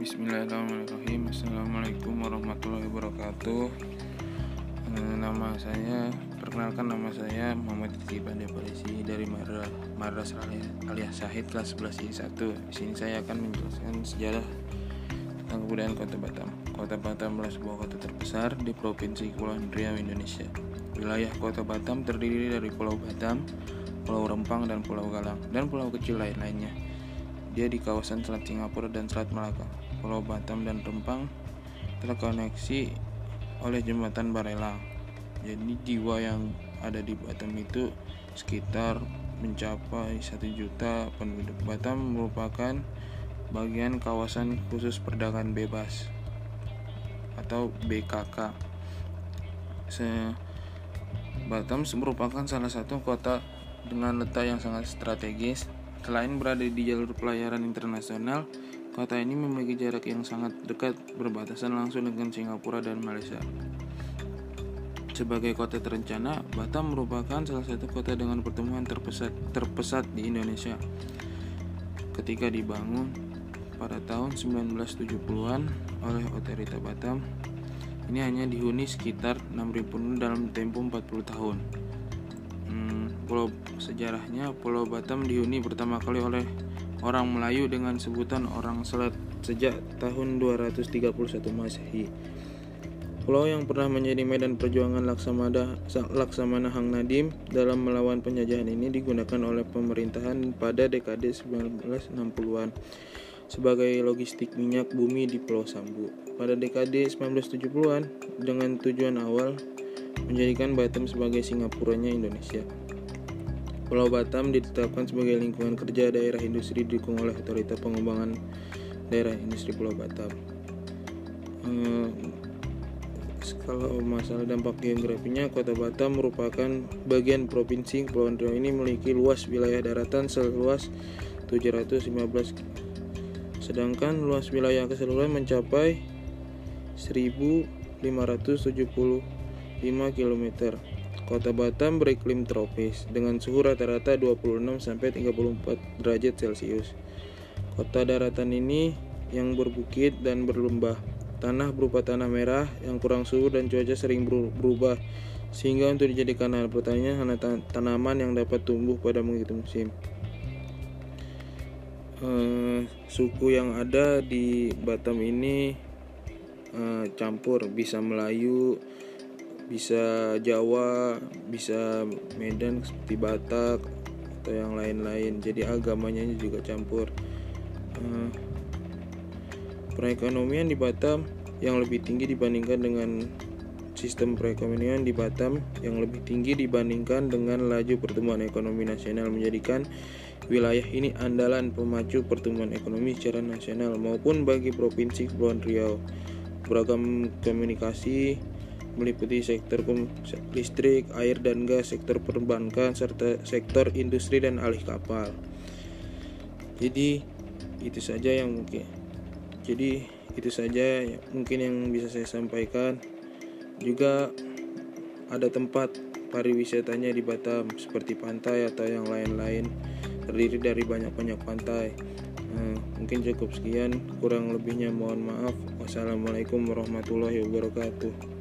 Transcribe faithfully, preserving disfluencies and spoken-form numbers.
Bismillahirrahmanirrahim. Assalamualaikum warahmatullahi wabarakatuh. E, nama saya, perkenalkan nama saya Muhammad Rizky Pandey Polisi dari Madrasah Aliyah Syahid kelas sebelas I satu. Di sini saya akan menjelaskan sejarah tentang kebudayaan Kota Batam. Kota Batam adalah sebuah kota terbesar di Provinsi Kepulauan Riau, Indonesia. Wilayah Kota Batam terdiri dari Pulau Batam, Pulau Rempang, dan Pulau Galang, dan pulau kecil lain-lainnya. Dia di kawasan Selat Singapura dan Selat Malaka. Pulau Batam dan Rempang terkoneksi oleh jembatan Barelang. Jadi jiwa yang ada di Batam itu sekitar mencapai satu juta penduduk. Batam merupakan bagian kawasan khusus perdagangan bebas atau B K K. Se- Batam merupakan salah satu kota dengan letak yang sangat strategis. Selain berada di jalur pelayaran internasional, kota ini memiliki jarak yang sangat dekat berbatasan langsung dengan Singapura dan Malaysia. Sebagai kota terencana, Batam merupakan salah satu kota dengan pertumbuhan terpesat, terpesat di Indonesia. Ketika dibangun pada tahun sembilan belas tujuh puluhan oleh Otorita Batam, ini hanya dihuni sekitar enam ribu penduduk dalam tempo empat puluh tahun. Hmm, pulau sejarahnya, Pulau Batam dihuni pertama kali oleh orang Melayu dengan sebutan orang Selat sejak tahun dua ratus tiga puluh satu Masehi. Pulau yang pernah menjadi medan perjuangan Laksamana, Laksamana Hang Nadiem dalam melawan penjajahan ini digunakan oleh pemerintahan pada dekade sembilan belas enam puluhan sebagai logistik minyak bumi di Pulau Sambu. Pada dekade sembilan belas tujuh puluhan dengan tujuan awal menjadikan Batam sebagai Singapuranya Indonesia. Pulau Batam ditetapkan sebagai lingkungan kerja daerah industri didukung oleh Otorita Pengembangan Daerah Industri Pulau Batam. Hmm, kalau masalah dampak geografinya, Kota Batam merupakan bagian Provinsi Kepulauan Riau. Ini memiliki luas wilayah daratan seluas tujuh ratus lima belas, sedangkan luas wilayah keseluruhan mencapai seribu lima ratus tujuh puluh lima kilometer. Kota Batam beriklim tropis dengan suhu rata-rata dua puluh enam sampai tiga puluh empat derajat Celcius. Kota daratan ini yang berbukit dan berlembah. Tanah berupa tanah merah yang kurang suhu dan cuaca sering berubah, sehingga untuk dijadikan lahan pertanian hanya tanaman yang dapat tumbuh pada menghitung musim. Uh, suku yang ada di Batam ini uh, campur, bisa Melayu, bisa Jawa, bisa Medan seperti Batak atau yang lain-lain. Jadi agamanya juga campur. Uh, perekonomian di Batam yang lebih tinggi dibandingkan dengan sistem perekonomian di Batam yang lebih tinggi dibandingkan dengan laju pertumbuhan ekonomi nasional, menjadikan wilayah ini andalan pemacu pertumbuhan ekonomi secara nasional maupun bagi Provinsi Kepulauan Riau. Beragam komunikasi meliputi sektor listrik, air dan gas, sektor perbankan, serta sektor industri dan alih kapal. Jadi itu saja yang mungkin. Jadi itu saja yang mungkin yang bisa saya sampaikan. Juga ada tempat pariwisatanya di Batam seperti pantai atau yang lain-lain, terdiri dari banyak-banyak pantai. Nah, mungkin cukup sekian, kurang lebihnya mohon maaf. Wassalamualaikum warahmatullahi wabarakatuh.